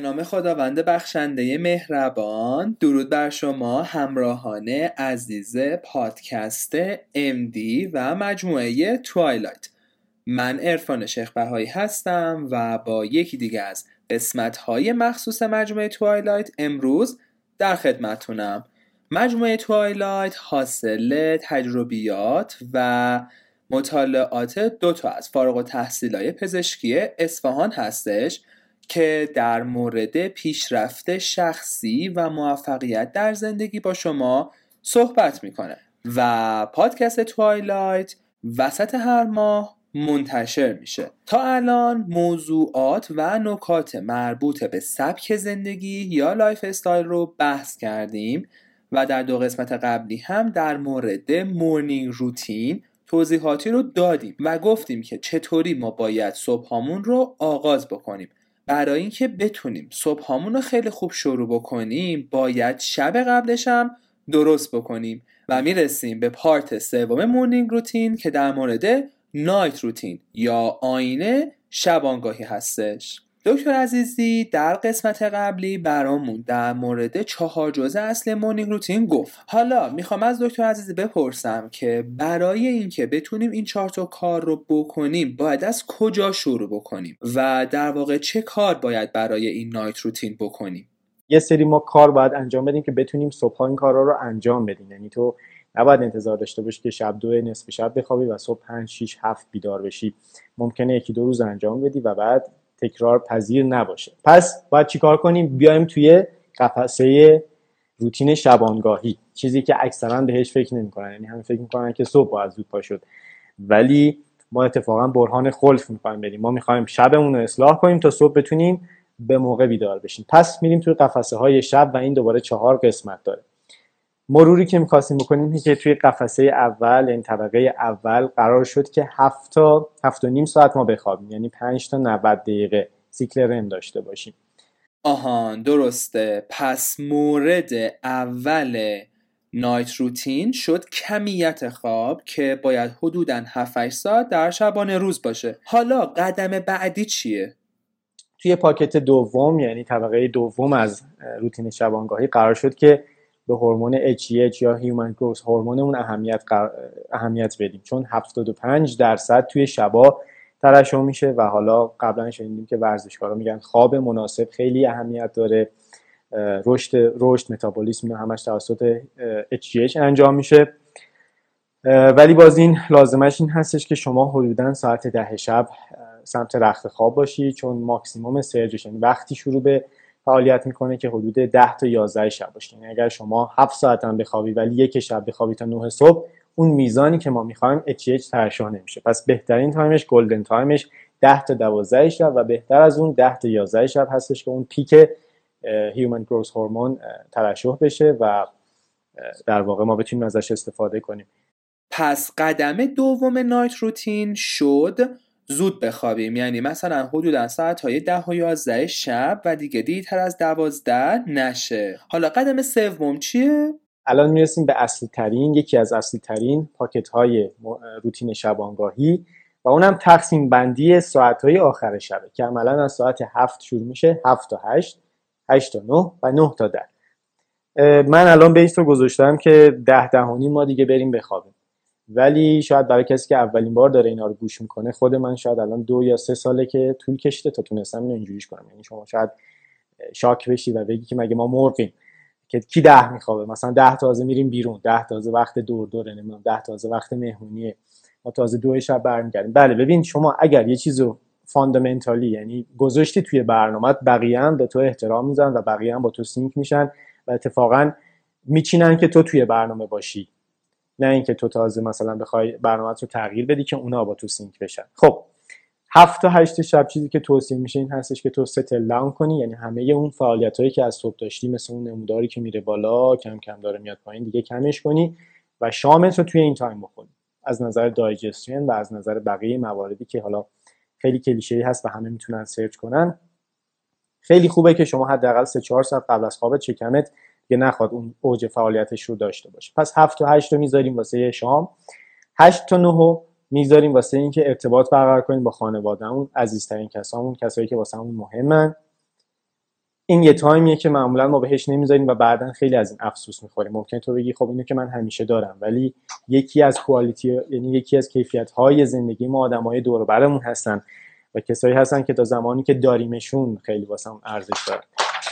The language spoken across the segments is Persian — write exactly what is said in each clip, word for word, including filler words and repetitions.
نام خداوند بخشنده مهربان. درود بر شما همراهان عزیز پادکست ام دی و مجموعه توایلایت. من عرفان شیخ بهایی هستم و با یکی دیگه از قسمت‌های مخصوص مجموعه توایلایت امروز در خدمتتونم. مجموعه توایلایت حاصل تجربیات و مطالعات دو تا از فارغ التحصیلای پزشکی اصفهان هستش که در مورد پیشرفت شخصی و موفقیت در زندگی با شما صحبت میکنه و پادکست توایلایت وسط هر ماه منتشر میشه. تا الان موضوعات و نکات مربوط به سبک زندگی یا لایف استایل رو بحث کردیم و در دو قسمت قبلی هم در مورد مورنینگ روتین توضیحاتی رو دادیم و گفتیم که چطوری ما باید صبحامون رو آغاز بکنیم. برای اینکه بتونیم صبحامون رو خیلی خوب شروع بکنیم باید شب قبلش هم درست بکنیم و میرسیم به پارت سوم مورنینگ روتین که در مورد نایت روتین یا آینه شبانگاهی هستش. دکتر عزیزی در قسمت قبلی برامون در مورد چهار جزء اصل مورنینگ روتین گفت. حالا میخوام از دکتر عزیزی بپرسم که برای اینکه بتونیم این چهار تا کار رو بکنیم باید از کجا شروع بکنیم و در واقع چه کار باید برای این نایت روتین بکنیم؟ یه سری ما کار باید انجام بدیم که بتونیم صبح این کارا رو انجام بدیم. یعنی تو نباید انتظار داشته باشی که شب دو نصف شب بخوابی و صبح پنج شش هفت بیدار بشی. ممکنه یکی دو روز انجام بدی و بعد تکرار پذیر نباشه. پس باید چیکار کنیم؟ بیایم توی قفسه روتین شبانگاهی، چیزی که اکثرا بهش فکر نمی‌کنن. یعنی همه فکر می‌کنن که صبح باید زود پا شد، ولی ما اتفاقا برهان خلف می‌خوایم بریم. ما می‌خوایم شبمون رو اصلاح کنیم تا صبح بتونیم به موقع بیدار بشیم. پس میریم توی قفسه‌های شب و این دوباره چهار قسمت داره. مروری که می‌خواستیم بکنیم اینه که توی قفسه اول، یعنی طبقه اول، قرار شد که هفت تا هفت و نیم ساعت ما بخوابیم، یعنی پنج تا نود دقیقه سیکل رم داشته باشیم. آهان درسته. پس مورد اول نایت روتین شد کمیت خواب که باید حدوداً هفت هشت ساعت در شبانه روز باشه. حالا قدم بعدی چیه؟ توی پاکت دوم، یعنی طبقه دوم از روتین شبانگاهی، قرار شد که به هورمون اچ ای اچ یا هیومن گروث هورمونمون اهمیت قر... اهمیت بدیم، چون هفتاد و پنج درصد توی شبا ترشح میشه و حالا قبلا شنیدیم که ورزشکارا میگن خواب مناسب خیلی اهمیت داره. رشد رشد متابولیسم همش توسط اچ ای اچ انجام میشه، ولی باز این لازمش این هستش که شما حدوداً ساعت ده شب سمت رخت خواب باشی، چون ماکسیموم سرجش، یعنی وقتی شروع به فعالیت میکنه که حدود ده تا یازده شب باشه. یعنی اگر شما هفت ساعت هم بخوابی ولی یک شب بخوابی تا نه صبح، اون میزانی که ما میخوایم اچ ای اچ ترشح نمیشه. پس بهترین تایمش، گلدن تایمش ده تا دوازده شب و بهتر از اون ده تا یازده شب هستش که اون پیک هیومن گروث هورمون ترشح بشه و در واقع ما بتونیم ازش استفاده کنیم. پس قدم دوم نایت روتین شد زود بخوابیم، یعنی مثلا حدودا ساعت‌های ده و یازده شب و دیگه دیرتر از دوازده نشه. حالا قدم سوم چیه؟ الان میرسیم به اصلی ترین، یکی از اصلی ترین پاکت های روتین شبانگاهی و اونم تقسیم بندی ساعت‌های آخر شبه که عملاً از ساعت هفت شروع میشه، هفت تا هشت، هشت تا نه و نه تا ده. من الان بیس رو گذاشتم که ده ده و نیم ما دیگه بریم بخوابیم، ولی شاید برای کسی که اولین بار داره اینا رو گوش میکنه، خود من شاید الان دو یا سه ساله که طول کشیده تا تونستم اینو اینجوریش کنم. یعنی شما شاید شاک بشی و بگی که مگه ما مرغیم که کی ده میخوابه؟ مثلا ده تازه میریم بیرون، ده تازه وقت دور دوره، نمیدونم ده تازه وقت مهمونیه، ما تازه دو شب برمیگردیم. بله ببین، شما اگر یه چیزو فاندامنتالی یعنی گذاشتی توی برنامه‌ات، بقیه هم به تو احترام میذارن و بقیه هم با تو سینک میشن و اتفاقا میچینن که تو توی برنامه باشی، نه اینکه تو تازه مثلا بخوای برنامه‌ت رو تغییر بدی که اونا با تو سینک بشن. خب هفت تا هشت شب چیزی که توصیه میشه این هستش که تو ستل داون کنی، یعنی همه اون فعالیتایی که از صبح داشتی، مثل اون نموداری که میره بالا کم کم داره میاد پایین، دیگه کمش کنی و شامت رو توی این تایم بخوری. از نظر دایجستشن و از نظر بقیه مواردی که حالا خیلی کلیشه‌ای هست و همه میتونن سرچ کنن، خیلی خوبه که شما حداقل سه چهار ساعت قبل از خوابت شکمت که نخواد اون اوج فعالیتش رو داشته باشه. پس هفت تا هشت رو میذاریم واسه شام، هشت تا نه رو میذاریم واسه اینکه ارتباط برقرار کنیم با خانوادهمون، عزیزترین کسامون، کسایی که واسمون مهمن. این یه تایمیه که معمولا ما بهش نمیذاریم و بعداً خیلی از این افسوس میخوریم. ممکنه تو بگی خب اینو که من همیشه دارم، ولی یکی از کوالیتی، یعنی یکی از کیفیت‌های زندگی ما آدمای دور و برمون هستن و کسایی هستن که تا زمانی که داریمشون خیلی واسمون ارزش داره.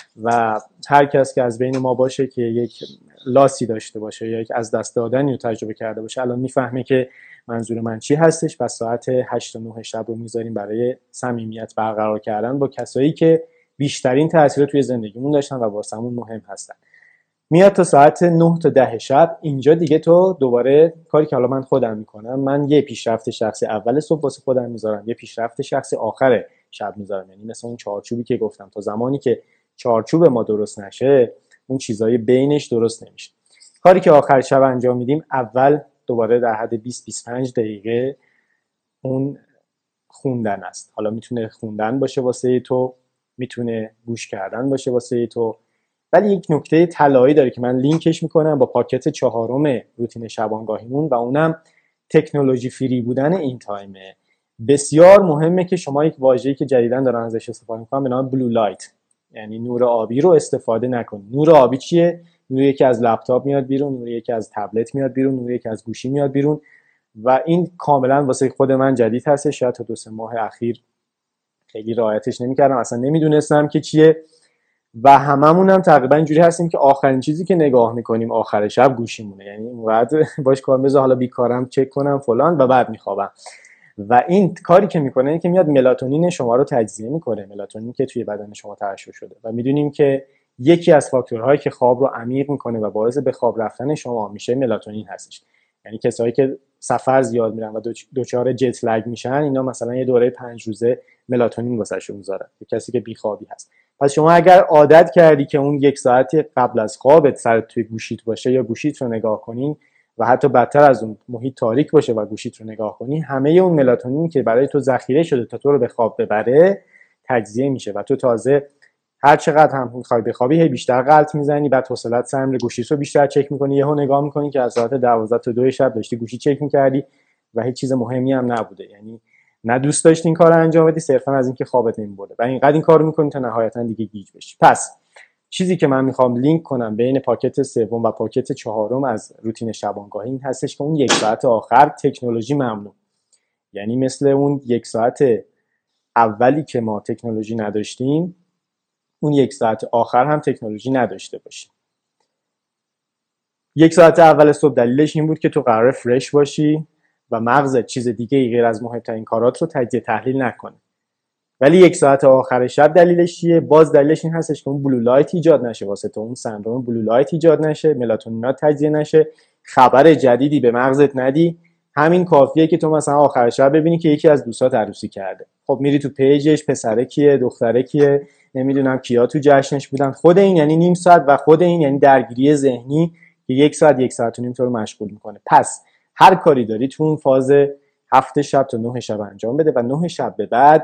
و هر کس که از بین ما باشه که یک لاسی داشته باشه یا یک از دست دادنی رو تجربه کرده باشه، الان میفهمه که منظور من چی هستش. و ساعت هشت تا نه شب رو میذاریم برای صمیمیت برقرار کردن با کسایی که بیشترین تاثیر توی زندگیمون داشتن و واسمون مهم هستن. میاد تا ساعت نه تا ده شب. اینجا دیگه تو دوباره کاری که حالا من خودم میکنم، من یه پیشرفت شخصی اول صبح واسه خودم میذارم، یه پیشرفت شخصی آخر شب میذارم. یعنی مثلا اون چارچوبی که گفتم، تا زمانی که چارچوب ما درست نشه اون چیزای بینش درست نمیشه. کاری که آخر شب انجام میدیم، اول دوباره در حد بیست تا بیست و پنج دقیقه اون خوندن است. حالا میتونه خوندن باشه واسه تو، میتونه گوش کردن باشه واسه تو، ولی یک نکته طلایی داره که من لینکش میکنم با پاکت چهارم روتین شبانگاهیمون و اونم تکنولوژی فری بودن این تایمه. بسیار مهمه که شما یک واژه‌ای که جدیداً دارن ازش استفاده میکنن به نام بلو لایت، یعنی نور آبی رو استفاده نکنید. نور آبی چیه؟ نوری که از لپتاپ میاد بیرون، نوری که از تبلت میاد بیرون، نوری که از گوشی میاد بیرون و این کاملا واسه خود من جدید هست. شاید تا دو سه ماه اخیر خیلی رعایتش نمی‌کردم، اصلا نمیدونستم که چیه و هممون هم تقریبا اینجوری هستیم که آخرین چیزی که نگاه میکنیم آخر شب گوشیمونه. یعنی اونقدر باش کار بذار حالا بیکارم چک کنم فلان و بعد میخوابم. و این کاری که میکنه اینه که میاد ملاتونین شما رو تجزیه میکنه، ملاتونین که توی بدن شما ترشح شده و میدونیم که یکی از فاکتورهایی که خواب رو عمیق میکنه و باعث به خواب رفتن شما میشه ملاتونین هستش. یعنی کسایی که سفر زیاد میرن و دوچار جت لگ میشن، اینا مثلا یه دوره پنج روزه ملاتونین واسهشون میذارن. کسی که بیخوابی هست، پس شما اگر عادت کردی که اون یک ساعت قبل از خوابت سرت توی گوشیت باشه یا گوشیت رو نگاه کنی و حتی بدتر از اون محیط تاریک باشه و گوشیت رو نگاه کنی، همه اون ملاتونین که برای تو ذخیره شده تا تو رو به خواب ببره تجزیه میشه و تو تازه هر چقدر هم میخوای بخوابی هی بیشتر غلط میزنی، بعد حوصله‌ات سر میره گوشیت رو بیشتر چک میکنی، یهو نگاه میکنی که از ساعت دوازده تا دو شب داشتی گوشی چک میکردی و هیچ چیز مهمی هم نبوده. یعنی نه دوست داشتی این کارو انجام بدی، صرفا از اینکه خوابت نمیبره و اینقدر این کارو میکنی تا نهایتا دیگه گیج بشی. پس چیزی که من میخوام لینک کنم بین پاکت سوم و پاکت چهارم از روتین شبانگاهی این هستش که اون یک ساعت آخر تکنولوژی ممنوع. یعنی مثل اون یک ساعت اولی که ما تکنولوژی نداشتیم، اون یک ساعت آخر هم تکنولوژی نداشته باشیم. یک ساعت اول صبح دلیلش این بود که تو قراره فرش باشی و مغزت چیز دیگه ای غیر از مهمترین کارات رو تجزیه تحلیل نکنه. ولی یک ساعت آخر شب دلیلش چیه؟ باز دلیلش این هستش که اون بلو لایت ایجاد نشه واسه تو، اون سندروم بلو لایت ایجاد نشه، ملاتونینات تجزیه نشه، خبر جدیدی به مغزت ندی. همین کافیه که تو مثلا آخر شب ببینی که یکی از دوستات عروسی کرده. خب میری تو پیجش، پسره کیه، دختره کیه، نمیدونم کیا تو جشنش بودن. خود این یعنی نیم ساعت و خود این یعنی درگیری ذهنی که یک ساعت یک ساعت و نیم تو رو مشغول میکنه. پس هر کاری داری تو اون فاز هفت شب تا نه شب انجام بده و نه شب به بعد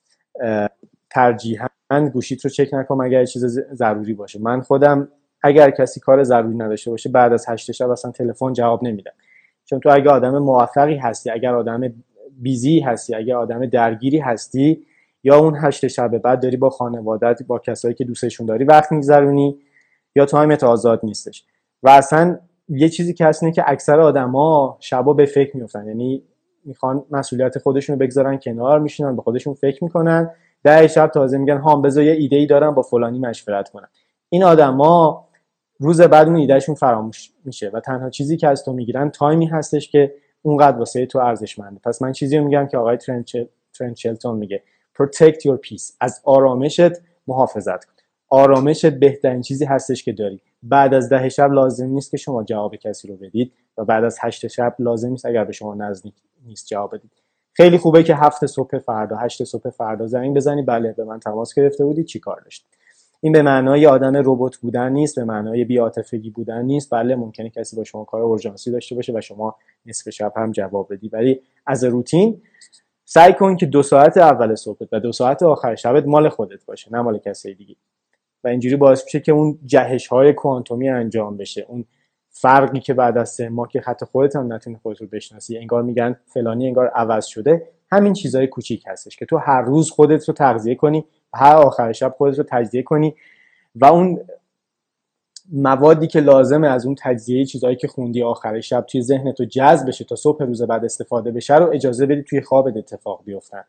ترجیحاً گوشیت رو چک نکن اگر چیز ضروری باشه. من خودم اگر کسی کار ضروری نداشته باشه بعد از هشت شب اصلا تلفن جواب نمیدم، چون تو اگه آدم موفقی هستی، اگر آدم بیزی هستی، اگر آدم درگیری هستی، یا اون هشت شب بعد داری با خانوادت، با کسایی که دوستشون داری وقت میگذرونی، یا تایمت آزاد نیستش. و اصلا یه چیزی که هست اینه که اکثر آدما شبا به فکر میافتن، یعنی میخوان مسئولیت خودشون رو بگذارن کنار، میشینن به خودشون فکر میکنن، ده شب تازه میگن ها بذار یه ایده‌ای دارم با فلانی مشورت کنم. این آدما روز بعد اون ایدهشون فراموش میشه و تنها چیزی که از تو میگیرن تایمی هستش که اونقدر واسه تو ارزشمنده. پس من چیزی رو میگم که آقای ترنت چلتون میگه protect your peace، از آرامشت محافظت کن. آرامشت بهترین چیزی هستش که داری. بعد از ده شب لازم نیست که شما جواب کسی رو بدید و بعد از هشت شب لازم نیست اگر به شما نزدیک نیست جواب بدید. خیلی خوبه که هفت صبح فردا، هشت صبح فردا زنگ بزنی، بله به من تماس گرفته بودی، چی کار داشت. این به معنای آدم ربات بودن نیست، به معنای بی‌عاطفگی بودن نیست. بله ممکنه کسی با شما کار اورژانسی داشته باشه و شما نصف شب هم جواب بدی، ولی از روتین سعی کن که دو ساعت اول صبحت و دو ساعت آخر شبت مال خودت باشه، نه مال کسی دیگه. و اینجوری باعث میشه که اون جهش‌های کوانتومی انجام بشه، اون فرقی که بعد از سه ماه که حتی خودت هم نتونی خودت رو بشناسی، انگار میگن فلانی انگار عوض شده. همین چیزای کوچیک هستش که تو هر روز خودت رو تغذیه کنی و هر آخر شب خودت رو تجزیه کنی و اون موادی که لازمه از اون تجزیه چیزایی که خوندی آخر شب توی ذهنت رو جذب بشه تا صبح روز بعد استفاده بشه رو اجازه بدی توی خوابت اتفاق بیفتن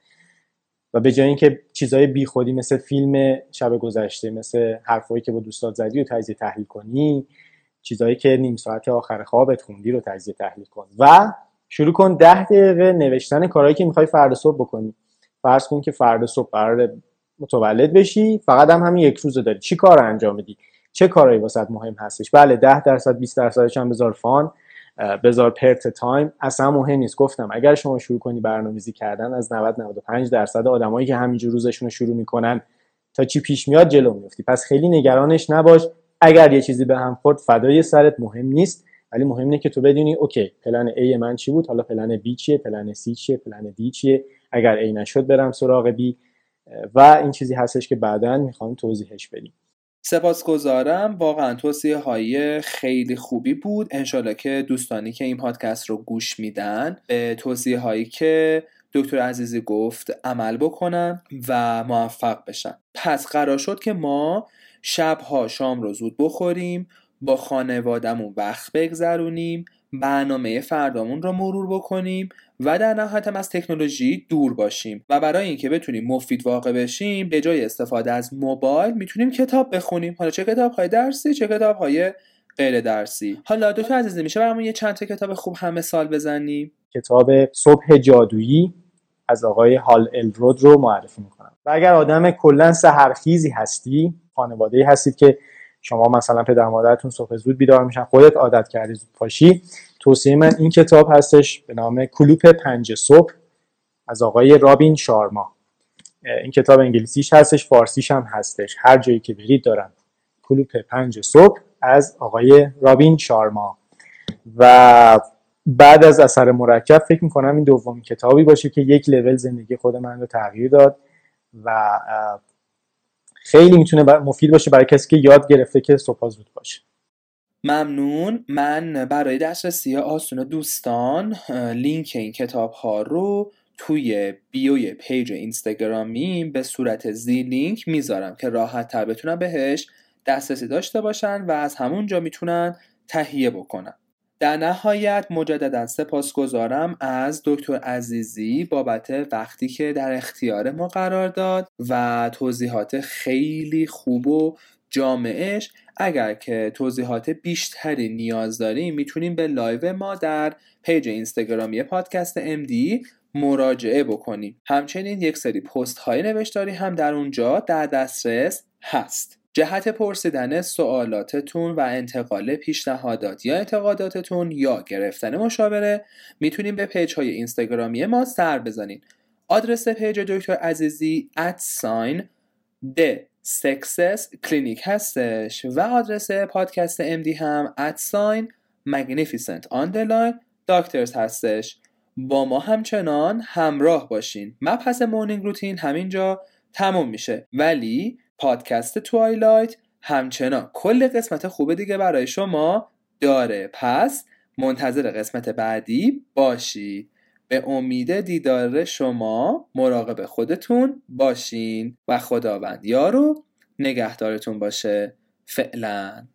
و به جای اینکه چیزای بیخودی مثل فیلم شب گذشته، مثل حرفایی که با دوستات زدی رو تجزیه تحلیل کنی، چیزایی که نیم ساعت آخر خوابت خوندی رو تجزیه تحلیل کن و شروع کن ده دقیقه نوشتن کارهایی که میخوای فردا صبح بکنی. فرض کن که فردا صبح قراره متولد بشی، فقط هم همین یک روزو داری، چی کار انجام بدی؟ چه کارهایی واسط مهم هستش؟ بله ده درصد بیست درصدش هم بذار فان، بذار پرت تایم، اصلا مهم نیست. گفتم اگر شما شروع کنی برنامه‌ریزی کردن از نود تا نود و پنج درصد آدمایی که همینجور روزشون رو شروع میکنن تا چی پیش میاد جلو میافتی. پس خیلی نگرانش نباش. اگر یه چیزی به هم خورد فدای سرت، مهم نیست، ولی مهم اینه که تو بدونی اوکی پلن A من چی بود، حالا پلن B چیه، پلن C چیه، پلن D چیه، اگر A نشد برم سراغ B و این چیزی هستش که بعداً میخوام توضیحش بدیم. سپاسگزارم، واقعا توصیه های خیلی خوبی بود. انشالله که دوستانی که این پادکست رو گوش میدن به توصیه هایی که دکتر عزیزی گفت عمل بکنن و موفق بشن. پس قرار شد که ما شبها شام رو زود بخوریم، با خانوادمون وقت بگذرونیم، برنامه فردامون رو مرور بکنیم و در نهایت هم از تکنولوژی دور باشیم و برای اینکه بتونیم مفید واقع بشیم به جای استفاده از موبایل میتونیم کتاب بخونیم، حالا چه کتاب‌های درسی چه کتاب‌های غیر درسی. حالا دکتر عزیزی میشه برامون یه چند تا کتاب خوب هم مثال بزنیم؟ کتاب صبح جادویی از آقای هال الرود رو معرفی میکنم. و اگر آدم کلا سحرخیزی هستی، خانواده‌ای هستید که شما مثلا پدر مادرتون صبح زود بیدار میشن، خودت عادت کردی زود پاشی، توصیه من این کتاب هستش به نام کلوپ پنج صبح از آقای رابین شارما. این کتاب انگلیسیش هستش، فارسیش هم هستش، هر جایی که برید دارم. کلوپ پنج صبح از آقای رابین شارما. و بعد از اثر مرکب فکر میکنم این دومین کتابی باشه که یک لول زندگی خود من رو تغییر داد و خیلی میتونه مفید باشه برای کسی که یاد گرفته که صبح زود باشه. ممنون. من برای دسترسی آسون دوستان لینک این کتاب ها رو توی بیوی پیج اینستاگرامی به صورت زی لینک میذارم که راحت تر بتونن بهش دسترسی داشته باشن و از همونجا میتونن تهیه بکنن. در نهایت مجددا سپاسگزارم از دکتر عزیزی بابت وقتی که در اختیار ما قرار داد و توضیحات خیلی خوب و جامعش. اگر که توضیحات بیشتری نیاز داریم میتونیم به لایو ما در پیج اینستاگرامی پادکست ام دی مراجعه بکنیم. همچنین یک سری پست های نوشتاری هم در اونجا در دسترس هست. جهت پرسیدن سوالاتتون و انتقال پیشنهادات یا انتقاداتتون یا گرفتن مشاوره میتونیم به پیج های اینستاگرامی ما سر بزنین. آدرس پیج دکتر عزیزی ات ساین د سکسس کلینیک هستش و آدرس پادکست ام دی هم ات ساین مگنیفیسنت آندرلاین داکترز هستش. با ما همچنان همراه باشین. مبحث مورنینگ روتین همینجا تموم میشه، ولی پادکست توایلایت همچنان کل قسمت خوب دیگه برای شما داره. پس منتظر قسمت بعدی باشید. به امید دیدار شما مراقب خودتون باشین و خداوند یار و نگهدارتون باشه. فعلا.